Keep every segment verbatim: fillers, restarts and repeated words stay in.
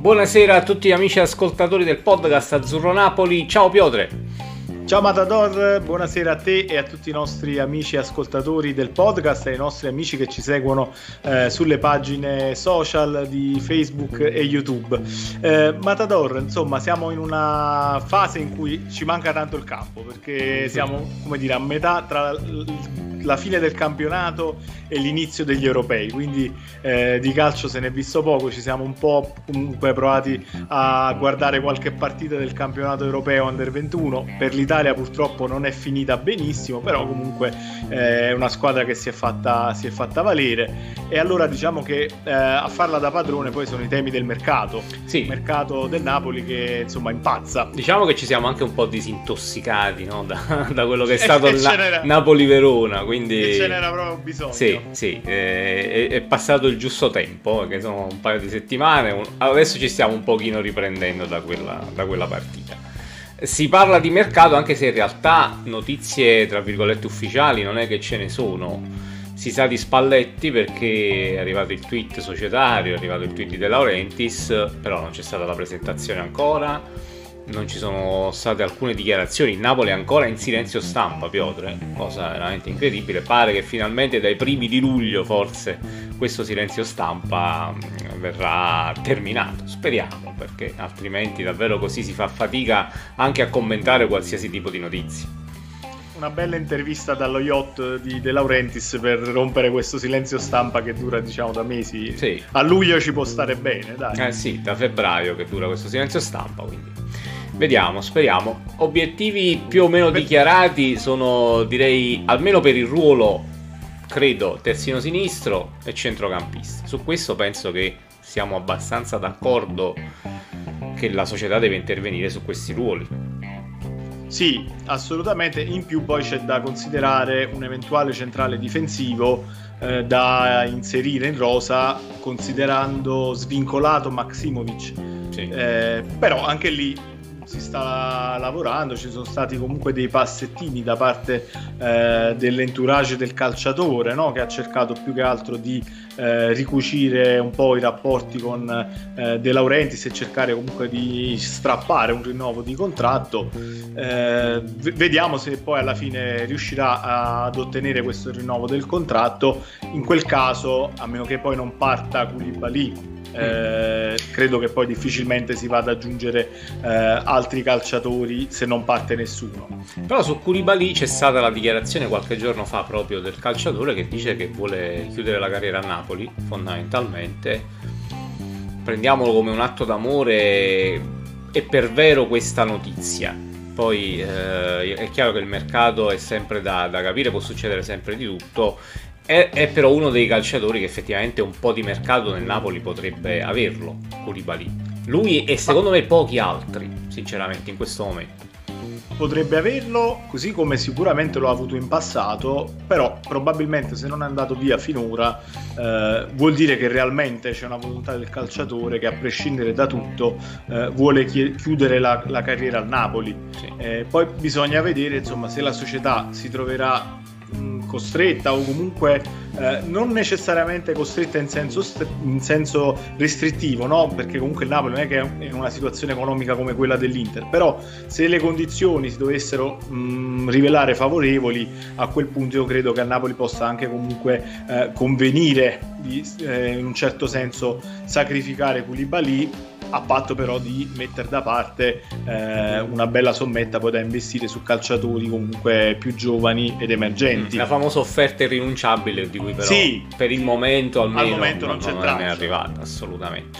Buonasera a tutti gli amici ascoltatori del podcast Azzurro Napoli. Ciao Piotre. Ciao Matador, buonasera a te e a tutti i nostri amici ascoltatori del podcast e ai nostri amici che ci seguono eh, sulle pagine social di Facebook e YouTube. Eh, Matador, insomma, siamo in una fase in cui ci manca tanto il campo, perché siamo, come dire, a metà tra la fine del campionato e l'inizio degli europei, quindi eh, di calcio se ne è visto poco. Ci siamo un po' comunque provati a guardare qualche partita del campionato europeo under ventuno. Per l'Italia purtroppo non è finita benissimo, però comunque eh, è una squadra che si è fatta, si è fatta valere, e allora diciamo che eh, a farla da padrone poi sono i temi del mercato, sì. Il mercato del Napoli che insomma impazza. Diciamo che ci siamo anche un po' disintossicati, no? da, da quello che è stato il Na- Napoli-Verona, quindi e ce n'era proprio bisogno. Sì, sì, è, è passato il giusto tempo, che sono un paio di settimane, adesso ci stiamo un pochino riprendendo da quella, da quella partita. Si parla di mercato, anche se in realtà notizie tra virgolette ufficiali non è che ce ne sono. Si sa di Spalletti perché è arrivato il tweet societario, è arrivato il tweet di De Laurentiis, però non c'è stata la presentazione ancora, non ci sono state alcune dichiarazioni. Il Napoli è ancora in silenzio stampa, Piotre, cosa veramente incredibile. Pare che finalmente dai primi di luglio forse questo silenzio stampa verrà terminato, speriamo, perché altrimenti davvero così si fa fatica anche a commentare qualsiasi tipo di notizie. Una bella intervista dallo yacht di De Laurentiis per rompere questo silenzio stampa che dura, diciamo, da mesi. Sì. A luglio ci può stare bene, dai. Eh sì, da febbraio che dura questo silenzio stampa, quindi vediamo, speriamo. Obiettivi più o meno dichiarati sono, direi, almeno per il ruolo, credo, terzino sinistro e centrocampista. Su questo penso che siamo abbastanza d'accordo che la società deve intervenire su questi ruoli. Sì, assolutamente. In più poi c'è da considerare un eventuale centrale difensivo eh, da inserire in rosa, considerando svincolato Maksimovic. Sì. Eh, però anche lì si sta lavorando, ci sono stati comunque dei passettini da parte eh, dell'entourage del calciatore, no? Che ha cercato più che altro di eh, ricucire un po' i rapporti con eh, De Laurentiis e cercare comunque di strappare un rinnovo di contratto. Eh, v- vediamo se poi alla fine riuscirà ad ottenere questo rinnovo del contratto. In quel caso, a meno che poi non parta Koulibaly, Eh, credo che poi difficilmente si vada ad aggiungere eh, altri calciatori se non parte nessuno. Però su Koulibaly c'è stata la dichiarazione qualche giorno fa proprio del calciatore che dice che vuole chiudere la carriera a Napoli, fondamentalmente. Prendiamolo come un atto d'amore e per vero questa notizia. Poi eh, è chiaro che il mercato è sempre da, da capire, può succedere sempre di tutto. È, è però uno dei calciatori che effettivamente un po' di mercato nel Napoli potrebbe averlo, Koulibaly. Lui e secondo me pochi altri, sinceramente, in questo momento. Potrebbe averlo, così come sicuramente lo ha avuto in passato, però probabilmente se non è andato via finora eh, vuol dire che realmente c'è una volontà del calciatore che, a prescindere da tutto, eh, vuole chi- chiudere la, la carriera al Napoli. Sì. Eh, poi bisogna vedere, insomma, se la società si troverà costretta o comunque eh, non necessariamente costretta in senso, st- in senso restrittivo, no? Perché comunque il Napoli non è che è in una situazione economica come quella dell'Inter, però se le condizioni si dovessero mh, rivelare favorevoli, a quel punto io credo che a Napoli possa anche comunque eh, convenire di, eh, in un certo senso sacrificare Koulibaly, a patto però di mettere da parte eh, una bella sommetta poi da investire su calciatori comunque più giovani ed emergenti. La famosa offerta irrinunciabile di cui però sì, per il momento almeno al momento non, non c'è non traccia. è arrivata assolutamente.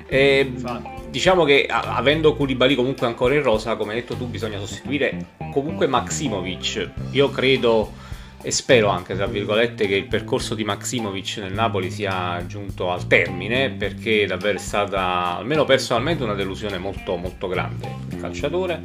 E diciamo che avendo Koulibaly comunque ancora in rosa, come hai detto tu, bisogna sostituire comunque Maksimovic. Io credo e spero anche, tra virgolette, che il percorso di Maksimovic nel Napoli sia giunto al termine, perché davvero è stata, almeno personalmente, una delusione molto molto grande il calciatore,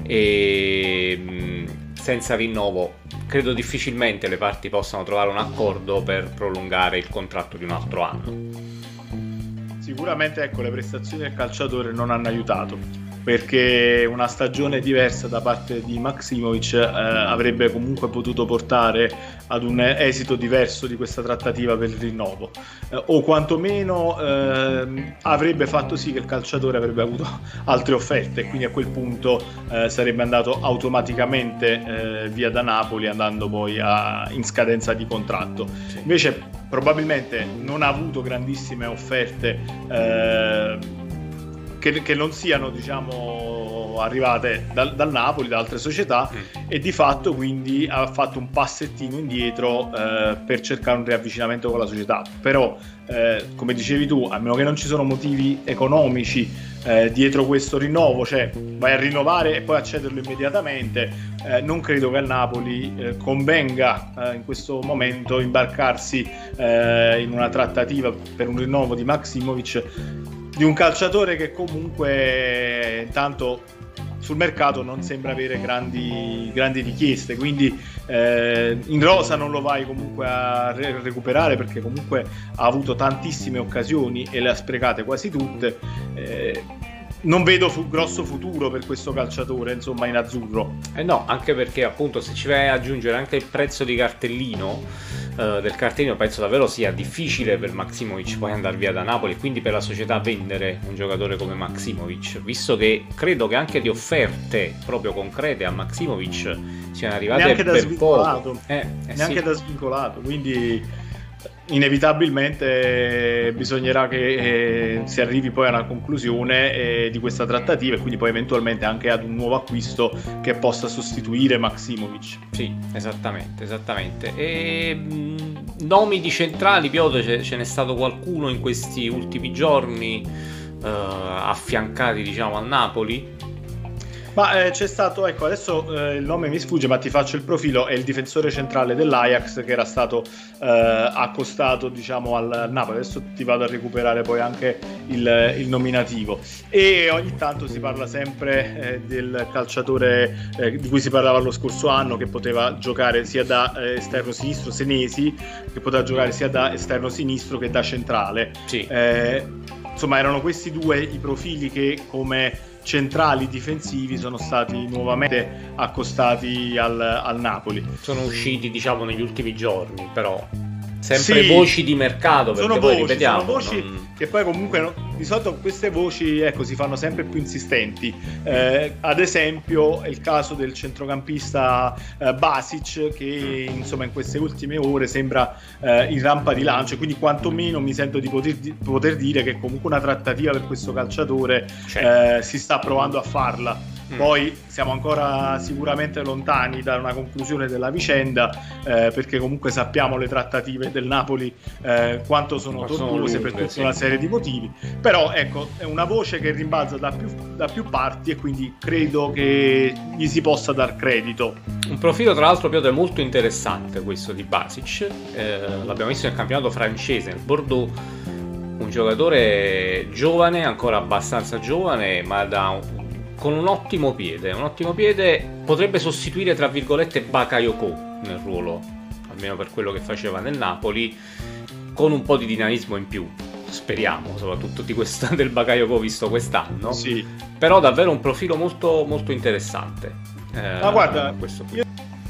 e mh, senza rinnovo credo difficilmente le parti possano trovare un accordo per prolungare il contratto di un altro anno. Sicuramente, ecco, le prestazioni del calciatore non hanno aiutato. perché una stagione diversa da parte di Maksimovic eh, avrebbe comunque potuto portare ad un esito diverso di questa trattativa per il rinnovo, eh, o quantomeno eh, avrebbe fatto sì che il calciatore avrebbe avuto altre offerte, quindi a quel punto eh, sarebbe andato automaticamente eh, via da Napoli, andando poi a, in scadenza di contratto. Sì. Invece probabilmente non ha avuto grandissime offerte eh, che, che non siano, diciamo, arrivate dal, dal Napoli, da altre società, mm. e di fatto quindi ha fatto un passettino indietro eh, per cercare un riavvicinamento con la società. Però eh, come dicevi tu, a meno che non ci sono motivi economici eh, dietro questo rinnovo, cioè vai a rinnovare e poi a cederlo immediatamente, eh, non credo che al Napoli eh, convenga eh, in questo momento imbarcarsi eh, in una trattativa per un rinnovo di Maksimovic, di un calciatore che comunque intanto sul mercato non sembra avere grandi, grandi richieste, quindi eh, in rosa non lo vai comunque a re- recuperare, perché comunque ha avuto tantissime occasioni e le ha sprecate quasi tutte. eh, non vedo fu- grosso futuro per questo calciatore, insomma, in azzurro. Eh no, anche perché appunto se ci vai ad aggiungere anche il prezzo di cartellino uh, del cartellino, penso davvero sia difficile per Maksimovic poi andare via da Napoli, quindi per la società vendere un giocatore come Maksimovic, visto che credo che anche di offerte proprio concrete a Maksimovic siano arrivate neanche da per svincolato, poco. Eh, eh neanche sì. da svincolato, quindi inevitabilmente bisognerà che eh, si arrivi poi alla conclusione eh, di questa trattativa, e quindi poi eventualmente anche ad un nuovo acquisto che possa sostituire Maksimovic. Sì, esattamente, esattamente. E mh, nomi di centrali, Piotr, ce, ce n'è stato qualcuno in questi ultimi giorni uh, affiancati, diciamo, al Napoli? Ma eh, c'è stato, ecco, adesso eh, il nome mi sfugge, ma ti faccio il profilo. È il difensore centrale dell'Ajax che era stato eh, accostato, diciamo, al Napoli. Adesso ti vado a recuperare poi anche il, il nominativo. E ogni tanto si parla sempre eh, del calciatore eh, di cui si parlava lo scorso anno, che poteva giocare sia da eh, esterno sinistro, Senesi, che poteva giocare sia da esterno sinistro che da centrale. Sì. Eh, insomma, erano questi due i profili che come centrali difensivi sono stati nuovamente accostati al, al Napoli. Sono usciti, diciamo, negli ultimi giorni, però sempre sì, voci di mercato, perché sono poi voci, ripetiamo, sono voci non... che poi comunque no, di solito queste voci, ecco, si fanno sempre più insistenti. Eh, ad esempio è il caso del centrocampista eh, Basic, che insomma in queste ultime ore sembra eh, in rampa di lancio, quindi quantomeno mi sento di poter, di poter dire che comunque una trattativa per questo calciatore eh, si sta provando a farla. Poi siamo ancora sicuramente lontani da una conclusione della vicenda, eh, perché comunque sappiamo le trattative del Napoli eh, quanto sono tortuose per tutta sì. una serie di motivi. Però ecco, è una voce che rimbalza da più, da più parti, e quindi credo che gli si possa dar credito. Un profilo tra l'altro, Piotr, molto interessante questo di Basic, eh, l'abbiamo visto nel campionato francese, nel Bordeaux, un giocatore giovane, ancora abbastanza giovane, ma da un con un ottimo piede, un ottimo piede potrebbe sostituire, tra virgolette, Bakayoko nel ruolo, almeno per quello che faceva nel Napoli, con un po' di dinamismo in più, speriamo, soprattutto di questa, del Bakayoko visto quest'anno. Sì. Però davvero un profilo molto, molto interessante. Eh, Ma guarda, questo io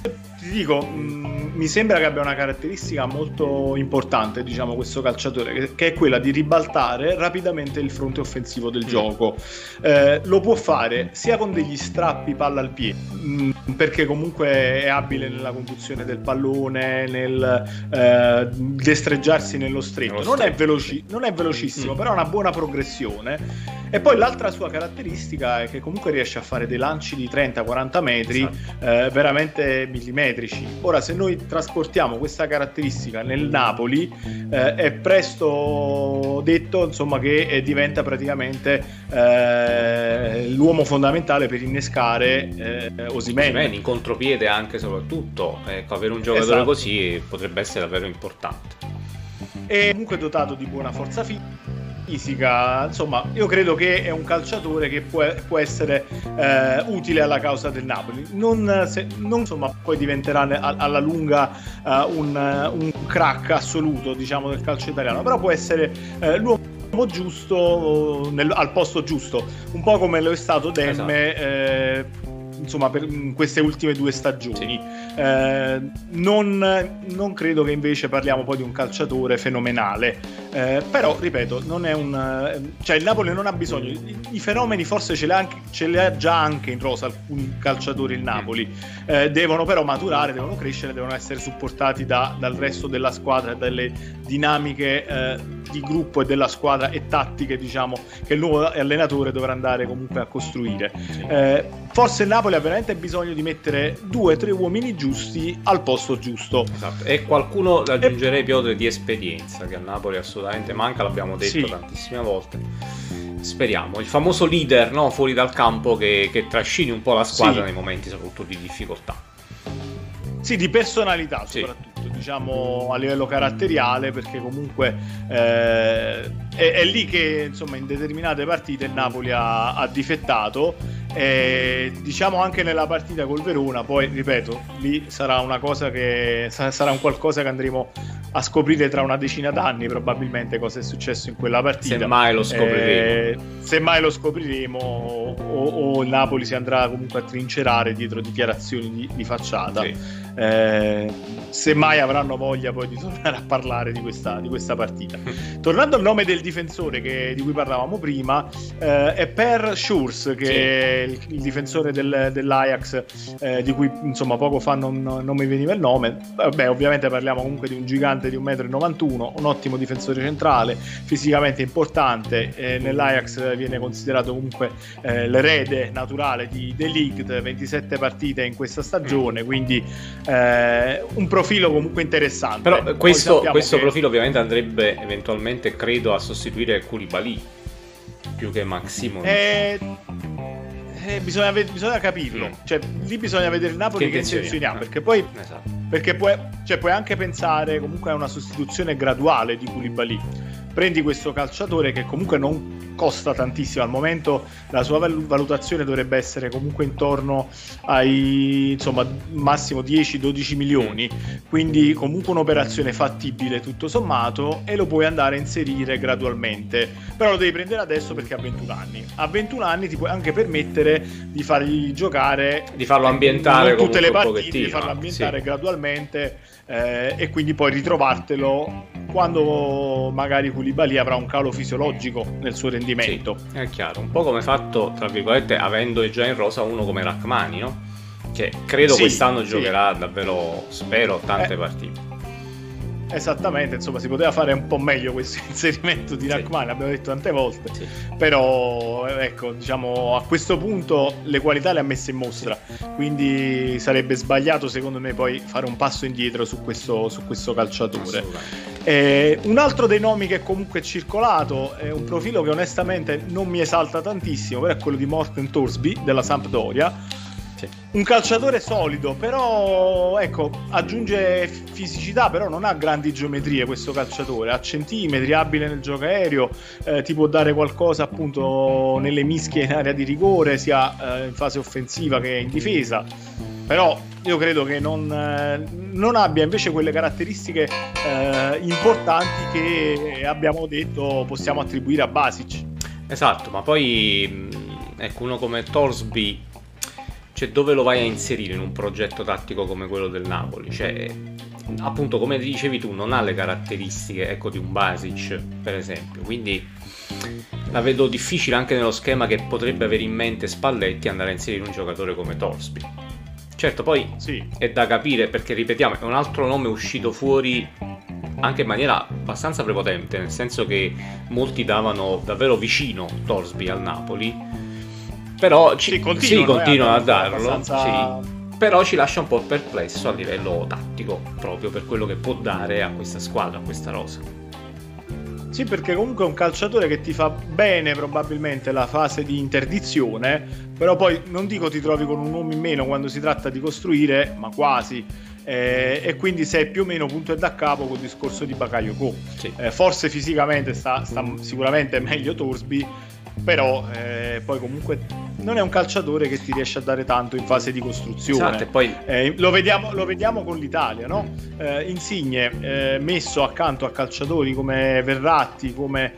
ti dico, mh, mi sembra che abbia una caratteristica molto importante, diciamo, questo calciatore, che, che è quella di ribaltare rapidamente il fronte offensivo del mm. gioco. Eh, lo può fare sia con degli strappi palla al piede, mh, perché comunque è abile nella conduzione del pallone, nel eh, destreggiarsi nello stretto. Nello non, stretto. È veloci- non è velocissimo, mm. però ha una buona progressione. E poi l'altra sua caratteristica è che comunque riesce a fare dei lanci di trenta quaranta metri, esatto. eh, veramente millimetrici. Ora, se noi trasportiamo questa caratteristica nel Napoli, eh, è presto detto, insomma, che eh, diventa praticamente eh, l'uomo fondamentale per innescare eh, Osimhen. Osimhen in contropiede anche, soprattutto, ecco, avere un giocatore esatto. così potrebbe essere davvero importante. E comunque dotato di buona forza fisica. Fisica, insomma, io credo che è un calciatore che può, può essere eh, utile alla causa del Napoli. Non, se, non insomma, poi diventerà alla lunga uh, un, un crack assoluto, diciamo, del calcio italiano, però può essere uh, l'uomo giusto nel, al posto giusto, un po' come lo è stato Demme, esatto. eh, insomma, per queste ultime due stagioni. Sì. Eh, non, non credo che invece parliamo poi di un calciatore fenomenale, eh, però ripeto, non è un, cioè il Napoli non ha bisogno, i, i fenomeni forse ce li, ha anche, ce li ha già anche in rosa alcuni calciatori il Napoli, eh, devono però maturare, devono crescere, devono essere supportati da, dal resto della squadra, dalle dinamiche eh, di gruppo e della squadra e tattiche, diciamo, che il nuovo allenatore dovrà andare comunque a costruire. Eh, forse il Napoli ha veramente bisogno di mettere due o tre uomini giusti al posto giusto. Esatto. E qualcuno, aggiungerei, Piotr, di esperienza, che a Napoli assolutamente manca, l'abbiamo detto sì. tantissime volte. Speriamo, il famoso leader, no, fuori dal campo che, che trascini un po' la squadra sì. nei momenti soprattutto di difficoltà. Sì, di personalità soprattutto, sì. diciamo a livello caratteriale, perché comunque eh, è, è lì che insomma in determinate partite il Napoli ha, ha difettato, e diciamo anche nella partita col Verona. Poi ripeto, lì sarà una cosa che sarà un qualcosa che andremo a scoprire tra una decina d'anni probabilmente, cosa è successo in quella partita. Semmai lo scopriremo, eh, semmai lo scopriremo o, o il Napoli si andrà comunque a trincerare dietro dichiarazioni di, di facciata. Sì. Eh, semmai avranno voglia poi di tornare a parlare di questa, di questa partita. Tornando al nome del difensore che, di cui parlavamo prima, eh, è Per Schuurs, che sì. è il, il difensore del, dell'Ajax, eh, di cui insomma poco fa non, non mi veniva il nome. Vabbè, ovviamente parliamo comunque di un gigante di un metro e novantuno, un ottimo difensore centrale, fisicamente importante, eh, nell'Ajax viene considerato comunque eh, l'erede naturale di De Ligt, ventisette partite in questa stagione, quindi Eh, un profilo comunque interessante. Però questo, questo che... profilo ovviamente andrebbe eventualmente, credo, a sostituire Koulibaly più che Maximo. Eh, eh, bisogna, bisogna capirlo, mm. cioè lì bisogna vedere il Napoli che, che intenzioni ha, perché poi esatto. perché puoi, cioè, puoi anche pensare comunque a una sostituzione graduale di Koulibaly. Prendi questo calciatore che comunque non costa tantissimo al momento, la sua valutazione dovrebbe essere comunque intorno ai insomma massimo dieci dodici milioni, quindi comunque un'operazione fattibile tutto sommato, e lo puoi andare a inserire gradualmente, però lo devi prendere adesso perché ha ventuno anni. A ventuno anni ti puoi anche permettere di fargli giocare, di farlo ambientare non tutte le partite, di farlo ambientare sì. gradualmente, eh, e quindi poi ritrovartelo quando magari Koulibaly avrà un calo fisiologico nel suo rendimento. Sì, è chiaro, un po' come fatto, tra virgolette, avendo già in rosa uno come Rachmani, no? Che credo sì, quest'anno sì. giocherà davvero, spero, tante eh, partite. Esattamente, insomma si poteva fare un po' meglio questo inserimento di Rachmani, sì. l'abbiamo detto tante volte, sì. però ecco, diciamo a questo punto le qualità le ha messe in mostra, quindi sarebbe sbagliato secondo me poi fare un passo indietro su questo, su questo calciatore. Eh, un altro dei nomi che comunque è circolato è un profilo che onestamente non mi esalta tantissimo, però è quello di Morten Thorsby della Sampdoria. Sì. Un calciatore solido, però ecco, aggiunge fisicità, però non ha grandi geometrie questo calciatore, ha centimetri, abile nel gioco aereo, eh, ti può dare qualcosa appunto nelle mischie in area di rigore, sia eh, in fase offensiva che in difesa, però io credo che non, eh, non abbia invece quelle caratteristiche eh, importanti che abbiamo detto possiamo attribuire a Basic. Esatto, ma poi ecco, uno come Thorsby, cioè dove lo vai a inserire in un progetto tattico come quello del Napoli? Cioè, appunto, come dicevi tu, non ha le caratteristiche, ecco, di un Basic, per esempio, quindi la vedo difficile anche nello schema che potrebbe avere in mente Spalletti andare a inserire un giocatore come Thorsby. Certo, poi sì. è da capire, perché ripetiamo, è un altro nome uscito fuori anche in maniera abbastanza prepotente, nel senso che molti davano davvero vicino Thorsby al Napoli. Però ci, sì, continuano, sì, continuano eh, a darlo, abbastanza... sì, però ci lascia un po' perplesso a livello tattico, proprio per quello che può dare a questa squadra, a questa rosa. Sì, perché comunque è un calciatore che ti fa bene probabilmente la fase di interdizione, però poi non dico ti trovi con un uomo in meno quando si tratta di costruire, ma quasi, eh, e quindi sei più o meno punto e da capo col discorso di Bakayoko. Sì. Eh, forse fisicamente sta, sta sicuramente meglio Thorsby, però eh, poi comunque non è un calciatore che ti riesce a dare tanto in fase di costruzione. Esatto, e poi eh, lo, vediamo, lo vediamo con l'Italia, no? Eh, Insigne eh, messo accanto a calciatori come Verratti, come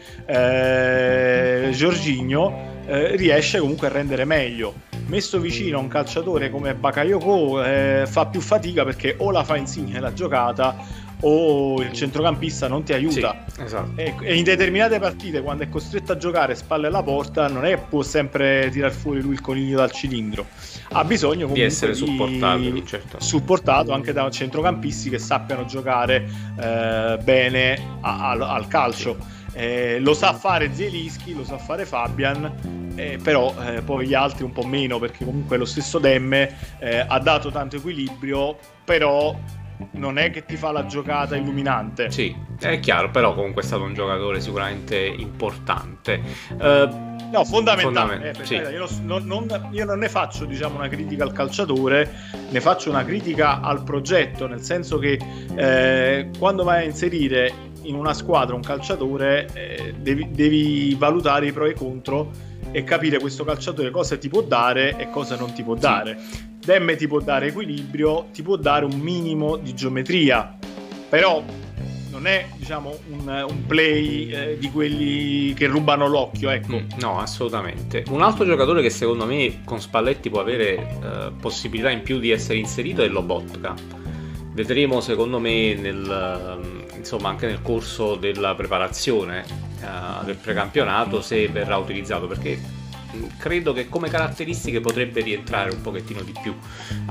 eh, Jorginho, eh, riesce comunque a rendere meglio. Messo vicino a un calciatore come Bakayoko eh, fa più fatica, perché o la fa Insigne la giocata o il centrocampista non ti aiuta. Sì, esatto. e, e in determinate partite, quando è costretto a giocare spalle alla porta, non è può sempre tirar fuori lui il coniglio dal cilindro, ha bisogno comunque di essere supportato, di, certo. supportato anche da centrocampisti che sappiano giocare eh, bene a, a, al calcio. Sì. Eh, lo sa fare Zielinski, lo sa fare Fabian, eh, però eh, poi gli altri un po' meno, perché comunque lo stesso Demme eh, ha dato tanto equilibrio, però non è che ti fa la giocata illuminante. Sì, è chiaro, però comunque è stato un giocatore sicuramente importante. Uh, no, fondamentale. Fondament- eh, sì. io, non, non, io non ne faccio, diciamo, una critica al calciatore, ne faccio una critica al progetto, nel senso che eh, quando vai a inserire in una squadra un calciatore eh, devi, devi valutare i pro e i contro e capire questo calciatore cosa ti può dare e cosa non ti può sì. dare. Demme ti può dare equilibrio, ti può dare un minimo di geometria, però non è, diciamo, un, un play eh, di quelli che rubano l'occhio, ecco. Mm, no, assolutamente. Un altro giocatore che secondo me con Spalletti può avere eh, possibilità in più di essere inserito è Lobotka. Vedremo, secondo me, nel, insomma, anche nel corso della preparazione eh, del precampionato, se verrà utilizzato, perché credo che come caratteristiche potrebbe rientrare un pochettino di più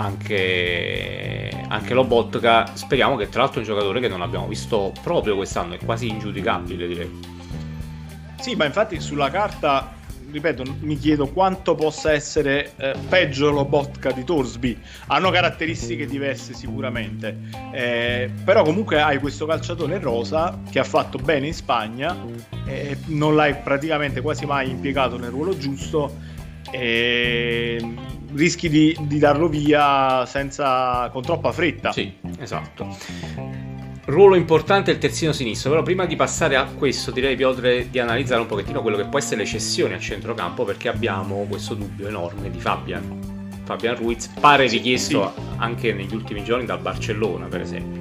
anche, anche Lobotka. Speriamo, che tra l'altro è un giocatore che non abbiamo visto proprio quest'anno, è quasi ingiudicabile, direi. Sì, ma infatti sulla carta, ripeto, mi chiedo quanto possa essere eh, peggio Lobotka di Torsby. Hanno caratteristiche diverse sicuramente, eh, però comunque hai questo calciatore rosa che ha fatto bene in Spagna, eh, non l'hai praticamente quasi mai impiegato nel ruolo giusto, e rischi di, di darlo via senza, con troppa fretta. Sì, esatto. Ruolo importante il terzino sinistro, però prima di passare a questo direi, Piotr, di analizzare un pochettino quello che può essere le cessioni a centrocampo, perché abbiamo questo dubbio enorme di Fabian Fabian Ruiz, pare richiesto sì. anche negli ultimi giorni dal Barcellona, per esempio.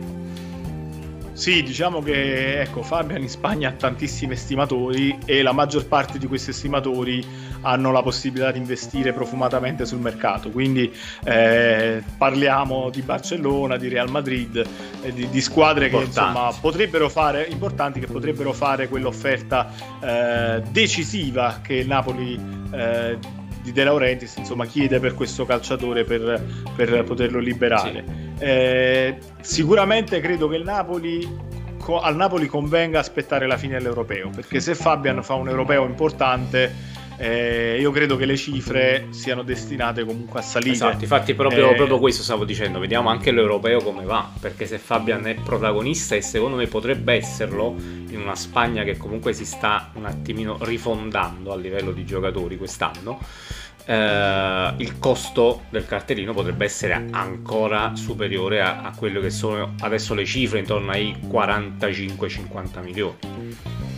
Sì, diciamo che ecco, Fabian in Spagna ha tantissimi estimatori e la maggior parte di questi estimatori hanno la possibilità di investire profumatamente sul mercato, quindi eh, parliamo di Barcellona, di Real Madrid, eh, di, di squadre importanti. che insomma potrebbero fare importanti che potrebbero fare quell'offerta eh, decisiva che il Napoli eh, di De Laurentiis insomma chiede per questo calciatore, per, per poterlo liberare. Sì. Eh, sicuramente credo che il Napoli co- al Napoli convenga aspettare la fine dell'Europeo, perché se Fabian fa un Europeo importante, Eh, io credo che le cifre siano destinate comunque a salire. Esatto, infatti proprio, eh, proprio questo stavo dicendo, vediamo anche l'Europeo come va, perché se Fabian è protagonista, e secondo me potrebbe esserlo in una Spagna che comunque si sta un attimino rifondando a livello di giocatori quest'anno, eh, il costo del cartellino potrebbe essere ancora superiore a, a quello che sono adesso le cifre, intorno ai quarantacinque cinquanta milioni.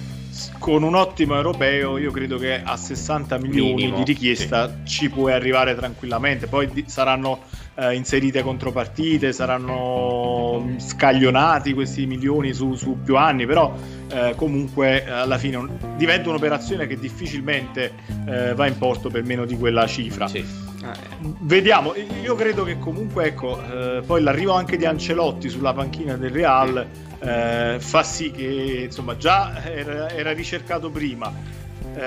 Con un ottimo europeo io credo che a sessanta milioni minimo di richiesta sì. ci puoi arrivare tranquillamente. Poi di- saranno eh, inserite contropartite, saranno scaglionati questi milioni su, su più anni, però eh, comunque alla fine un- diventa un'operazione che difficilmente eh, va in porto per meno di quella cifra. Sì. Vediamo, io credo che comunque ecco, eh, poi l'arrivo anche di Ancelotti sulla panchina del Real eh, fa sì che insomma già era, era ricercato prima, eh,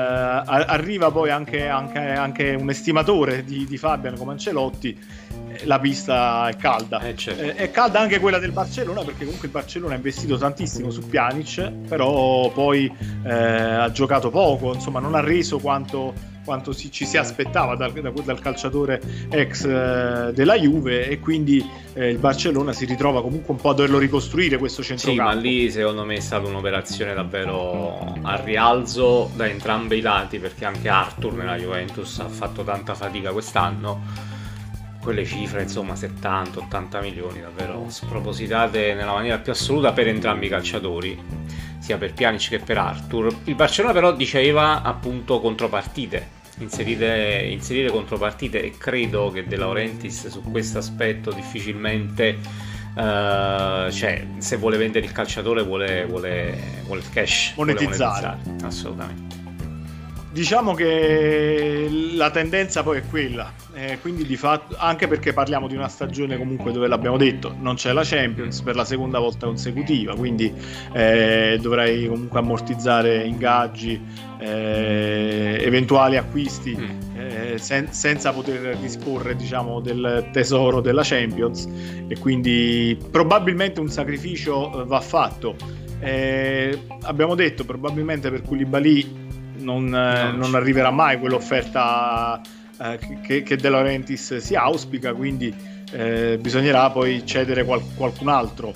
arriva poi anche, anche, anche un estimatore di, di Fabian come Ancelotti, la pista è calda. Eh, certo. eh, è calda anche quella del Barcellona, perché comunque il Barcellona ha investito tantissimo su Pjanic, però poi eh, ha giocato poco, insomma non ha reso quanto quanto si, ci si aspettava dal, dal calciatore ex eh, della Juve, e quindi eh, il Barcellona si ritrova comunque un po' a doverlo ricostruire questo centrocampo. Sì, ma lì secondo me è stata un'operazione davvero a rialzo da entrambi i lati, perché anche Arthur nella Juventus ha fatto tanta fatica quest'anno. Quelle cifre, insomma, settanta ottanta milioni davvero spropositate nella maniera più assoluta per entrambi i calciatori. sia per Pjanic che per Arthur. Il Barcellona però diceva appunto contropartite, inserire, inserire contropartite, e credo che De Laurentiis su questo aspetto difficilmente, uh, cioè se vuole vendere il calciatore vuole, vuole, vuole il cash, monetizzare. Vuole monetizzare assolutamente. Diciamo che la tendenza poi è quella, eh, quindi di fatto, anche perché parliamo di una stagione comunque dove, l'abbiamo detto, non c'è la Champions per la seconda volta consecutiva, quindi eh, dovrai comunque ammortizzare ingaggi, eh, eventuali acquisti, mm. eh, sen- senza poter disporre, diciamo, del tesoro della Champions, e quindi probabilmente un sacrificio va fatto. Eh, abbiamo detto probabilmente per Koulibaly Non, no, non arriverà mai quell'offerta eh, che, che De Laurentiis si auspica, quindi eh, bisognerà poi cedere qual- qualcun altro.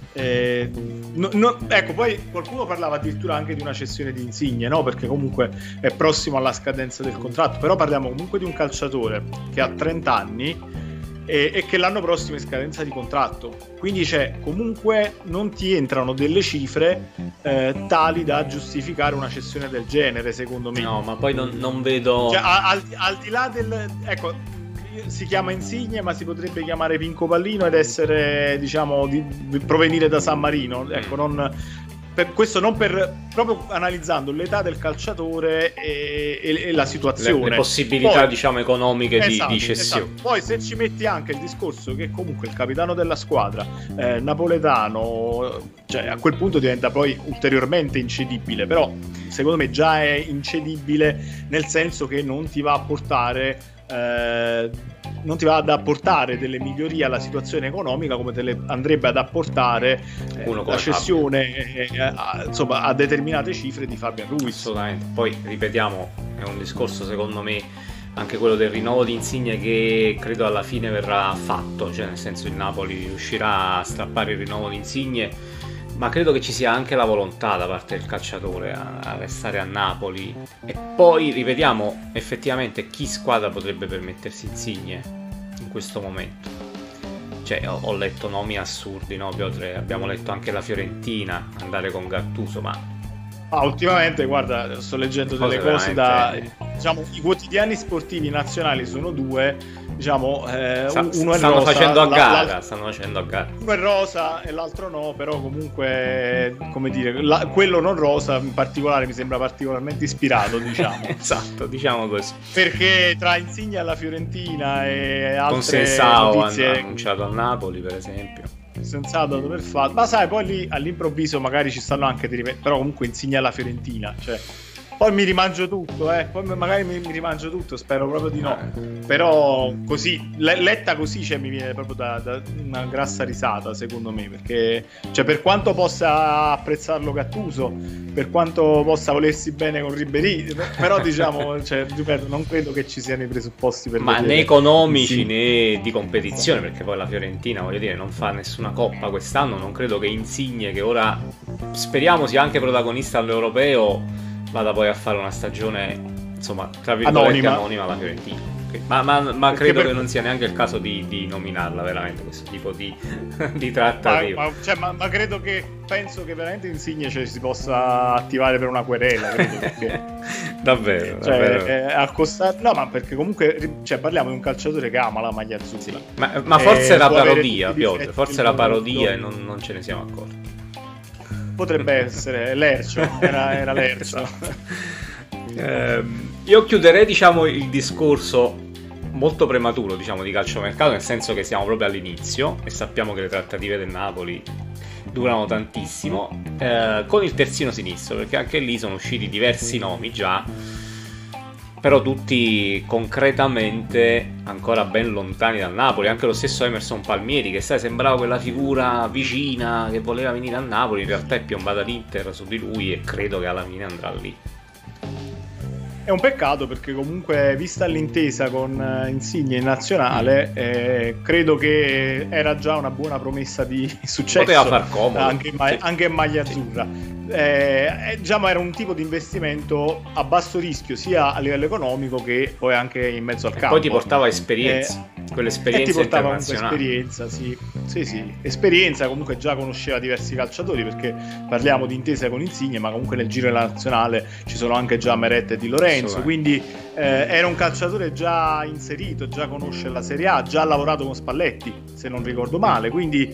Eh, no, no, ecco, poi qualcuno parlava addirittura anche di una cessione di Insigne, no? Perché comunque è prossimo alla scadenza del contratto, però parliamo comunque di un calciatore che ha trenta anni e, e che l'anno prossimo è scadenza di contratto, quindi c'è comunque, non ti entrano delle cifre eh, tali da giustificare una cessione del genere, secondo me. No, ma poi non, non vedo, cioè, al, al di là del, ecco, si chiama Insigne ma si potrebbe chiamare Pinco Pallino ed essere, diciamo, di, di provenire da San Marino, ecco, non per questo, non per, proprio analizzando l'età del calciatore e, e, e la situazione, le, le possibilità, poi, diciamo, economiche, esatto, di, di cessione. Esatto. Poi se ci metti anche il discorso che comunque il capitano della squadra, eh, napoletano, cioè a quel punto diventa poi ulteriormente incedibile, però secondo me già è incedibile nel senso che non ti va a portare eh, non ti va ad apportare delle migliorie alla situazione economica come te le andrebbe ad apportare eh, la cessione eh, a, insomma, a determinate cifre di Fabian Ruiz. Assolutamente. Poi ripetiamo, è un discorso secondo me anche quello del rinnovo di Insigne che credo alla fine verrà fatto, cioè nel senso il Napoli riuscirà a strappare il rinnovo di Insigne, ma credo che ci sia anche la volontà da parte del calciatore a, a restare a Napoli. E poi ripetiamo, effettivamente chi squadra potrebbe permettersi Insigne in questo momento? Cioè ho, ho letto nomi assurdi, no Piotr? Abbiamo letto anche la Fiorentina andare con Gattuso, ma ah, ultimamente guarda, sto leggendo delle cose, cose da, diciamo, i quotidiani sportivi nazionali sono due, diciamo, eh, Sa- uno è stanno rosa, facendo a gara, la, stanno facendo a gara. Uno è rosa e l'altro no, però comunque, come dire, la, quello non rosa in particolare mi sembra particolarmente ispirato, diciamo. Esatto, diciamo così. Perché tra Insigne alla Fiorentina e altre con Sensao notizie, hanno annunciato al Napoli, per esempio. Sensato per fatto, ma sai, poi lì all'improvviso magari ci stanno anche dei rip- però comunque Insigne alla Fiorentina, cioè poi mi rimangio tutto, eh poi magari mi, mi rimangio tutto, spero proprio di no, però così le- letta così, cioè mi viene proprio da, da una grassa risata, secondo me, perché cioè per quanto possa apprezzarlo Gattuso, per quanto possa volersi bene con Ribéry, però diciamo, cioè, ripeto, non credo che ci siano i presupposti per ma vedere. né economici sì, né di competizione, perché poi la Fiorentina, voglio dire, non fa nessuna coppa quest'anno, non credo che Insigne, che ora speriamo sia anche protagonista all'Europeo, vada poi a fare una stagione, insomma, tra virgolette anonima, anonima alla Fiorentina. Okay. Ma, ma, ma credo per... che non sia neanche il caso di, di nominarla veramente questo tipo di, di trattativa. Ma, ma, cioè, ma, ma credo che penso che veramente Insigne, cioè, si possa attivare per una querela, credo, perché davvero, cioè, davvero. È accostato... no, ma perché comunque, cioè, parliamo di un calciatore che ama la maglia azzurra. Sì. Ma, ma forse era parodia, Piotr, forse era parodia e non, non ce ne siamo accorti. Potrebbe essere Lercio, era, era Lercio. eh, io chiuderei, diciamo, il discorso molto prematuro, diciamo, di calciomercato, nel senso che siamo proprio all'inizio e sappiamo che le trattative del Napoli durano tantissimo, eh, con il terzino sinistro, perché anche lì sono usciti diversi nomi già, però tutti concretamente ancora ben lontani dal Napoli. Anche lo stesso Emerson Palmieri, che sai, sembrava quella figura vicina che voleva venire al Napoli, in realtà è piombata l'Inter su di lui e credo che alla fine andrà lì. È un peccato perché comunque, vista l'intesa con Insigne in nazionale, eh, credo che era già una buona promessa di successo. Poteva far comodo. Anche in, ma- sì. anche in maglia azzurra. Eh, diciamo era un tipo di investimento a basso rischio sia a livello economico che poi anche in mezzo al e campo. Poi ti portava esperienza, eh, quell'esperienza e ti portava internazionale. esperienza, sì. sì, sì, esperienza, comunque già conosceva diversi calciatori, perché parliamo di intesa con Insigne, ma comunque nel giro della nazionale ci sono anche già Meret e Di Lorenzo, quindi eh, era un calciatore già inserito, già conosce la Serie A, già ha lavorato con Spalletti, se non ricordo male, quindi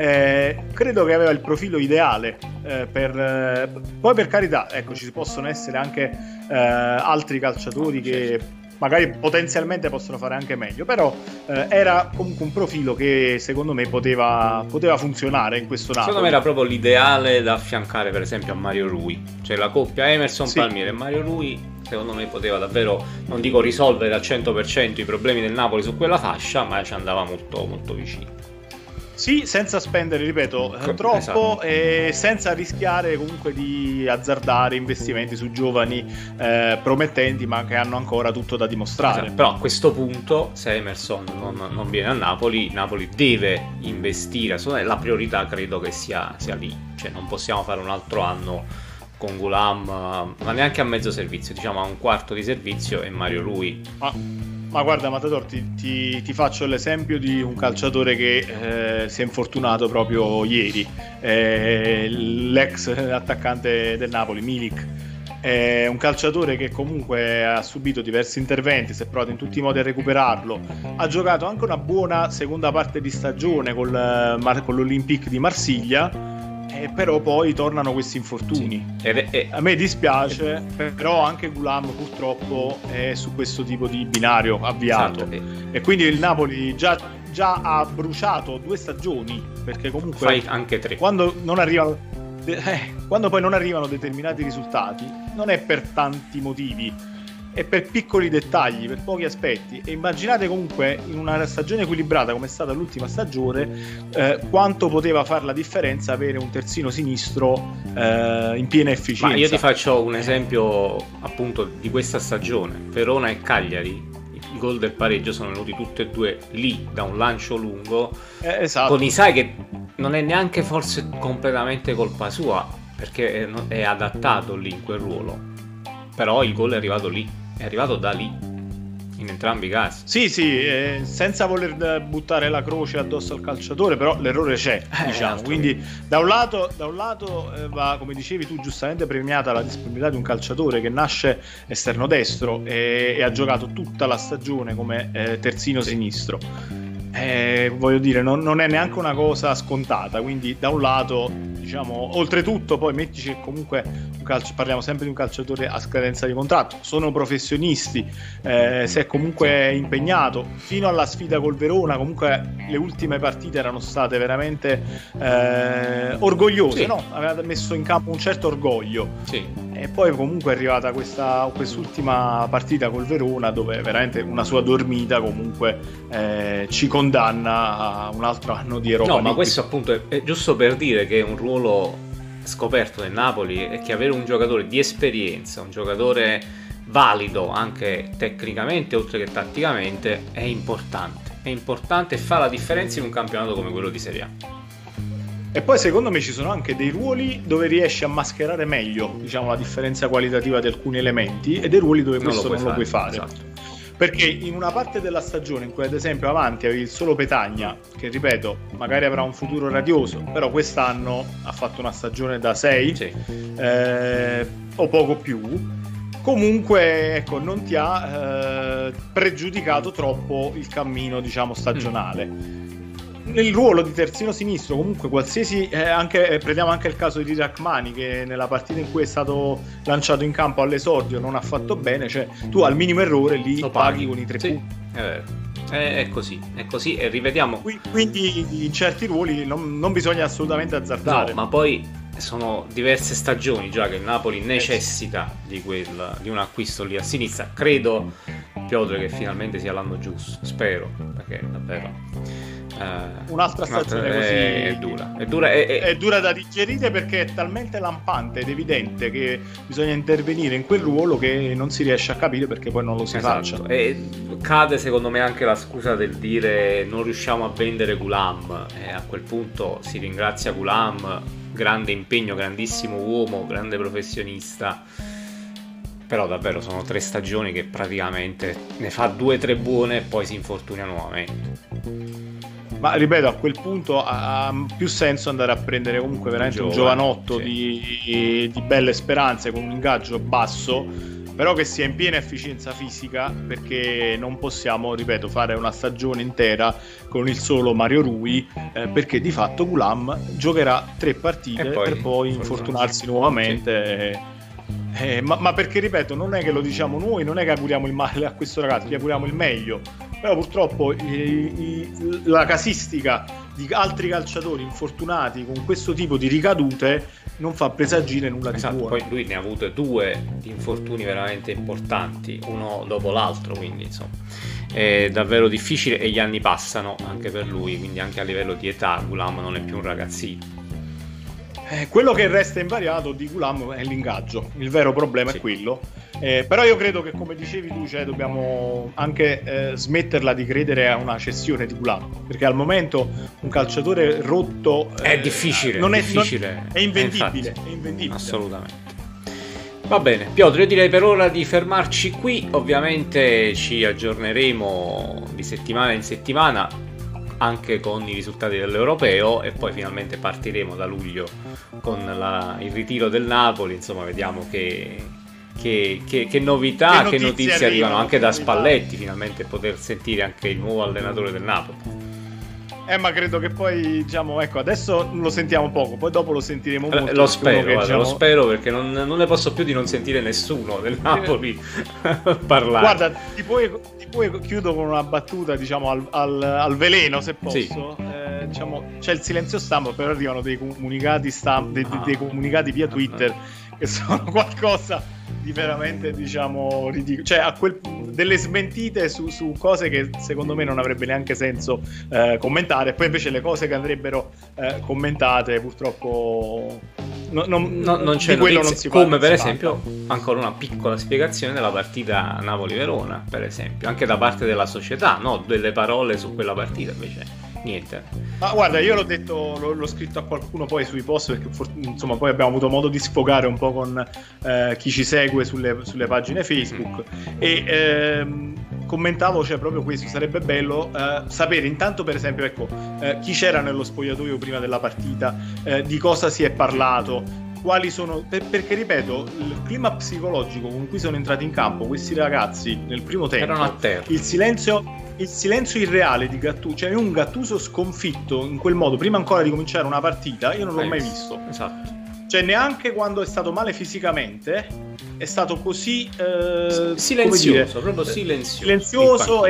eh, credo che aveva il profilo ideale eh, per eh, poi, per carità, ecco, ci possono essere anche eh, altri calciatori che magari potenzialmente possono fare anche meglio, però eh, era comunque un profilo che secondo me poteva, poteva funzionare in questo Napoli. Secondo me era proprio l'ideale da affiancare per esempio a Mario Rui, cioè la coppia Emerson Sì. Palmieri e Mario Rui secondo me poteva davvero, non dico risolvere al cento per cento i problemi del Napoli su quella fascia, ma ci andava molto molto vicino. Sì, senza spendere, ripeto, eh, troppo, esatto. E senza rischiare comunque di azzardare investimenti su giovani eh, promettenti, ma che hanno ancora tutto da dimostrare. Esatto. Però a questo punto, se Emerson non, non viene a Napoli, Napoli deve investire. La priorità credo che sia, sia lì, cioè non possiamo fare un altro anno con Gulam, ma neanche a mezzo servizio, diciamo a un quarto di servizio, e Mario Rui. Ma, ma guarda Matador, ti, ti, ti faccio l'esempio di un calciatore che eh, si è infortunato proprio ieri, eh, l'ex attaccante del Napoli, Milik. È un calciatore che comunque ha subito diversi interventi, si è provato in tutti i modi a recuperarlo, ha giocato anche una buona seconda parte di stagione col, con l'Olympique di Marsiglia. Eh, però poi tornano questi infortuni. Sì. Ed è, a me dispiace, però anche Gulam purtroppo è su questo tipo di binario avviato. Esatto. E quindi il Napoli già, già ha bruciato due stagioni, perché comunque fai anche tre. Quando non arrivano eh, quando poi non arrivano determinati risultati non è per tanti motivi, è per piccoli dettagli, per pochi aspetti. E immaginate comunque in una stagione equilibrata come è stata l'ultima stagione eh, quanto poteva fare la differenza avere un terzino sinistro eh, in piena efficienza. Ma io ti faccio un esempio appunto di questa stagione: Verona e Cagliari, i gol del pareggio sono venuti tutti e due lì da un lancio lungo, eh, esatto. con Isai che non è neanche forse completamente colpa sua, perché è, è adattato lì in quel ruolo, però il gol è arrivato lì, è arrivato da lì in entrambi i casi. Sì, sì, eh, senza voler buttare la croce addosso al calciatore, però l'errore c'è, eh, diciamo. Quindi da un lato, da un lato eh, va, come dicevi tu giustamente, premiata la disponibilità di un calciatore che nasce esterno destro e, e ha giocato tutta la stagione come eh, terzino sì. sinistro. Eh, voglio dire, non, non è neanche una cosa scontata, quindi da un lato, diciamo, oltretutto poi mettici che comunque un calcio, parliamo sempre di un calciatore a scadenza di contratto, sono professionisti, eh, si è comunque impegnato fino alla sfida col Verona, comunque le ultime partite erano state veramente eh, orgogliose, sì. no? Aveva messo in campo un certo orgoglio, sì. E poi comunque è arrivata questa quest'ultima partita col Verona, dove veramente una sua dormita comunque eh, ci condanna a un altro anno di Europa. No, ma questo appunto è, è giusto per dire che un ruolo scoperto del Napoli è che avere un giocatore di esperienza, un giocatore valido anche tecnicamente oltre che tatticamente, è importante. È importante e fa la differenza in un campionato come quello di Serie A. E poi secondo me ci sono anche dei ruoli dove riesci a mascherare meglio, diciamo, la differenza qualitativa di alcuni elementi, e dei ruoli dove non questo lo non lo puoi fare. Esatto. Perché in una parte della stagione in cui ad esempio avanti avevi il solo Petagna, che ripeto magari avrà un futuro radioso, però quest'anno ha fatto una stagione da sei, sì. eh, o poco più, comunque ecco, non ti ha eh, pregiudicato troppo il cammino, diciamo, stagionale. Mm. Nel ruolo di terzino sinistro comunque qualsiasi eh, anche, eh, prendiamo anche il caso di Rachmani, che nella partita in cui è stato lanciato in campo all'esordio non ha fatto bene, cioè tu al minimo errore lì lo paghi paghi con i tre sì, punti. è vero. È, è così, è così, e rivediamo. Quindi in certi ruoli non, non bisogna assolutamente azzardare. No, ma poi sono diverse stagioni già che il Napoli necessita di, quel, di un acquisto lì a sinistra. Credo, Piotr, che finalmente sia l'anno giusto, spero, perché davvero Uh, un'altra stagione un'altra, così è, è dura è dura, è, è... è dura da digerire, perché è talmente lampante ed evidente che bisogna intervenire in quel ruolo che non si riesce a capire perché poi non lo si esatto. faccia. E cade secondo me anche la scusa del dire non riusciamo a vendere Gulam, e a quel punto si ringrazia Gulam, grande impegno, grandissimo uomo, grande professionista, però davvero sono tre stagioni che praticamente ne fa due o tre buone e poi si infortuna nuovamente. Ma ripeto, a quel punto ha, ha più senso andare a prendere comunque veramente un, Giovane, un giovanotto sì. di, di belle speranze con un ingaggio basso, però che sia in piena efficienza fisica, perché non possiamo, ripeto, fare una stagione intera con il solo Mario Rui, eh, perché di fatto Ghoulam giocherà tre partite poi, per poi infortunarsi nuovamente. Sì. Eh, ma, ma perché, ripeto, non è che lo diciamo noi, non è che auguriamo il male a questo ragazzo, gli auguriamo il meglio, però purtroppo i, i, la casistica di altri calciatori infortunati con questo tipo di ricadute non fa presagire nulla esatto, di buono. Poi lui ne ha avute due di infortuni veramente importanti, uno dopo l'altro, quindi insomma è davvero difficile e gli anni passano anche per lui, quindi anche a livello di età Ghoulam non è più un ragazzino. Eh, quello che resta invariato di Ghoulam è l'ingaggio, il vero problema sì. è quello. Eh, però io credo che, come dicevi tu, cioè, dobbiamo anche eh, smetterla di credere a una cessione di Ghoulam, perché al momento un calciatore rotto eh, è difficile, non è difficile, non, è invendibile, eh, è invendibile. Assolutamente. Va bene, Piotr, io direi per ora di fermarci qui. Ovviamente ci aggiorneremo di settimana in settimana anche con i risultati dell'Europeo e poi finalmente partiremo da luglio con la, il ritiro del Napoli. Insomma, vediamo che, che, che, che novità, che notizie, che notizie arrivano, arrivano anche da Spalletti, finalmente poter sentire anche il nuovo allenatore del Napoli. Eh, ma credo che poi, diciamo, ecco, adesso lo sentiamo poco, poi dopo lo sentiremo molto. Lo spero, che, guarda, diciamo... lo spero, perché non, non ne posso più di non sentire nessuno del Napoli parlare. Guarda, ti puoi, ti puoi chiudo con una battuta, diciamo, al, al, al veleno, se posso. Sì. Eh, diciamo, c'è il silenzio stampa, però arrivano dei comunicati stampa, dei, ah. dei comunicati via Twitter ah. che sono qualcosa di veramente, diciamo, ridicolo, cioè a quel, delle smentite su, su cose che secondo me non avrebbe neanche senso eh, commentare, e poi invece le cose che andrebbero eh, commentate purtroppo no, non, no, non c'è di quello notizie, non si come parla, per si esempio parla. Ancora una piccola spiegazione della partita Napoli-Verona, per esempio, anche da parte della società, no? Delle parole su quella partita, invece niente. Ma guarda, io l'ho detto, l'ho, l'ho scritto a qualcuno poi sui post, perché for- insomma poi abbiamo avuto modo di sfogare un po' con eh, chi ci segue sulle, sulle pagine Facebook e ehm, commentavo, cioè, proprio questo, sarebbe bello eh, sapere intanto, per esempio, ecco, eh, chi c'era nello spogliatoio prima della partita, eh, di cosa si è parlato, quali sono, per, perché ripeto, il clima psicologico con cui sono entrati in campo questi ragazzi nel primo tempo, erano a terra. il silenzio il silenzio irreale di Gattuso, cioè un Gattuso sconfitto in quel modo prima ancora di cominciare una partita, io non l'ho mai visto. Esatto. Cioè neanche quando è stato male fisicamente è stato così eh, silenzioso, come dire, proprio silenzioso, silenzioso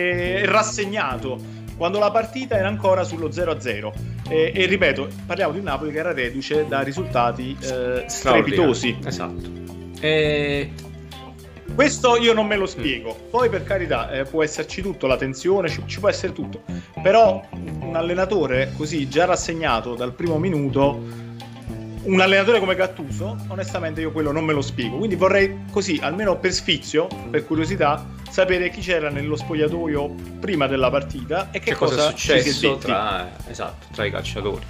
e rassegnato, quando la partita era ancora sullo zero a zero. E, e ripeto, parliamo di un Napoli che era reduce da risultati eh, strepitosi. Esatto. E... questo io non me lo spiego. Poi, per carità, eh, può esserci tutto, la tensione, ci, ci può essere tutto, però un allenatore così già rassegnato dal primo minuto, un allenatore come Gattuso, onestamente io quello non me lo spiego. Quindi vorrei, così, almeno per sfizio, per curiosità, sapere chi c'era nello spogliatoio prima della partita e che, che cosa, cosa è successo tra, esatto, tra i calciatori.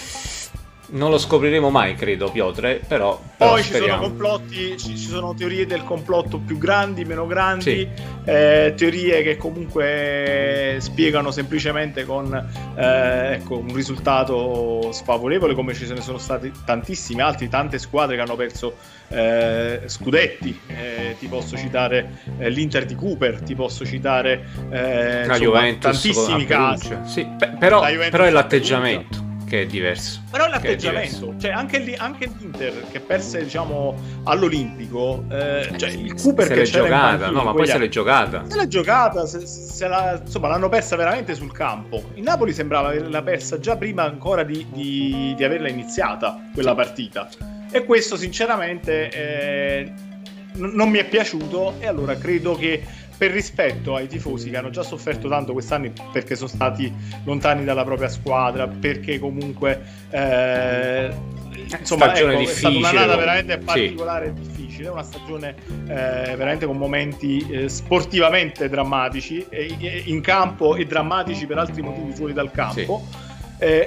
Non lo scopriremo mai, credo, Piotr, però, però poi speriamo. Ci sono complotti, ci, ci sono teorie del complotto più grandi, meno grandi, sì. eh, teorie che comunque spiegano semplicemente con eh, ecco, un risultato sfavorevole, come ci ne sono stati tantissimi altri, tante squadre che hanno perso eh, scudetti. Eh, ti posso citare eh, l'Inter di Cooper, ti posso citare eh, la insomma, Juventus, tantissimi casi. Sì, però, però è l'atteggiamento che è diverso. Però l'atteggiamento, cioè anche, lì, anche l'Inter che perse, diciamo, all'Olimpico, eh, cioè il Cooper se che l'è c'era giocata, in panchina, no, ma poi se l'è giocata. Se l'è giocata, se, se la, insomma, l'hanno persa veramente sul campo. Il Napoli sembrava averla persa già prima ancora di, di, di averla iniziata quella partita. E questo sinceramente eh, n- non mi è piaciuto, e allora credo che, per rispetto ai tifosi che hanno già sofferto tanto quest'anno perché sono stati lontani dalla propria squadra, perché comunque eh, insomma, ecco, è stata un'annata veramente particolare, sì. difficile, una stagione eh, veramente con momenti eh, sportivamente drammatici, eh, in campo, e drammatici per altri motivi fuori dal campo, sì. eh,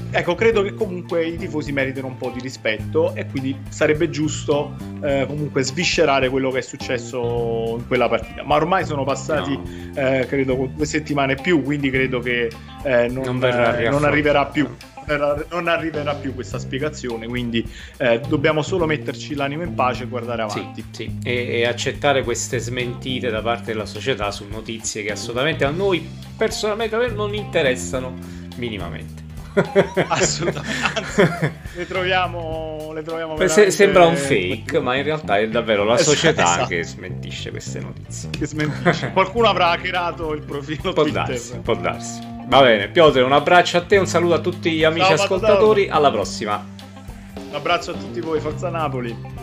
ecco, credo che comunque i tifosi meritano un po' di rispetto e quindi sarebbe giusto eh, comunque sviscerare quello che è successo in quella partita. Ma ormai sono passati, no. eh, credo, due settimane più, quindi credo che eh, non, non, verrà eh, non arriverà più. Non arriverà più questa spiegazione, quindi eh, dobbiamo solo metterci l'animo in pace e guardare avanti. Sì, sì. E, e accettare queste smentite da parte della società su notizie che assolutamente a noi personalmente non interessano minimamente. Assolutamente, anzi, le troviamo, le troviamo Se, sembra un fake, ma in realtà è davvero la società esatto. che smentisce queste notizie. Che smentisce. Qualcuno avrà hackerato il profilo può Twitter. Darsi, può darsi. Va bene, Piotr, un abbraccio a te, un saluto a tutti gli amici Ciao, ascoltatori, alla prossima. Un abbraccio a tutti voi, Forza Napoli.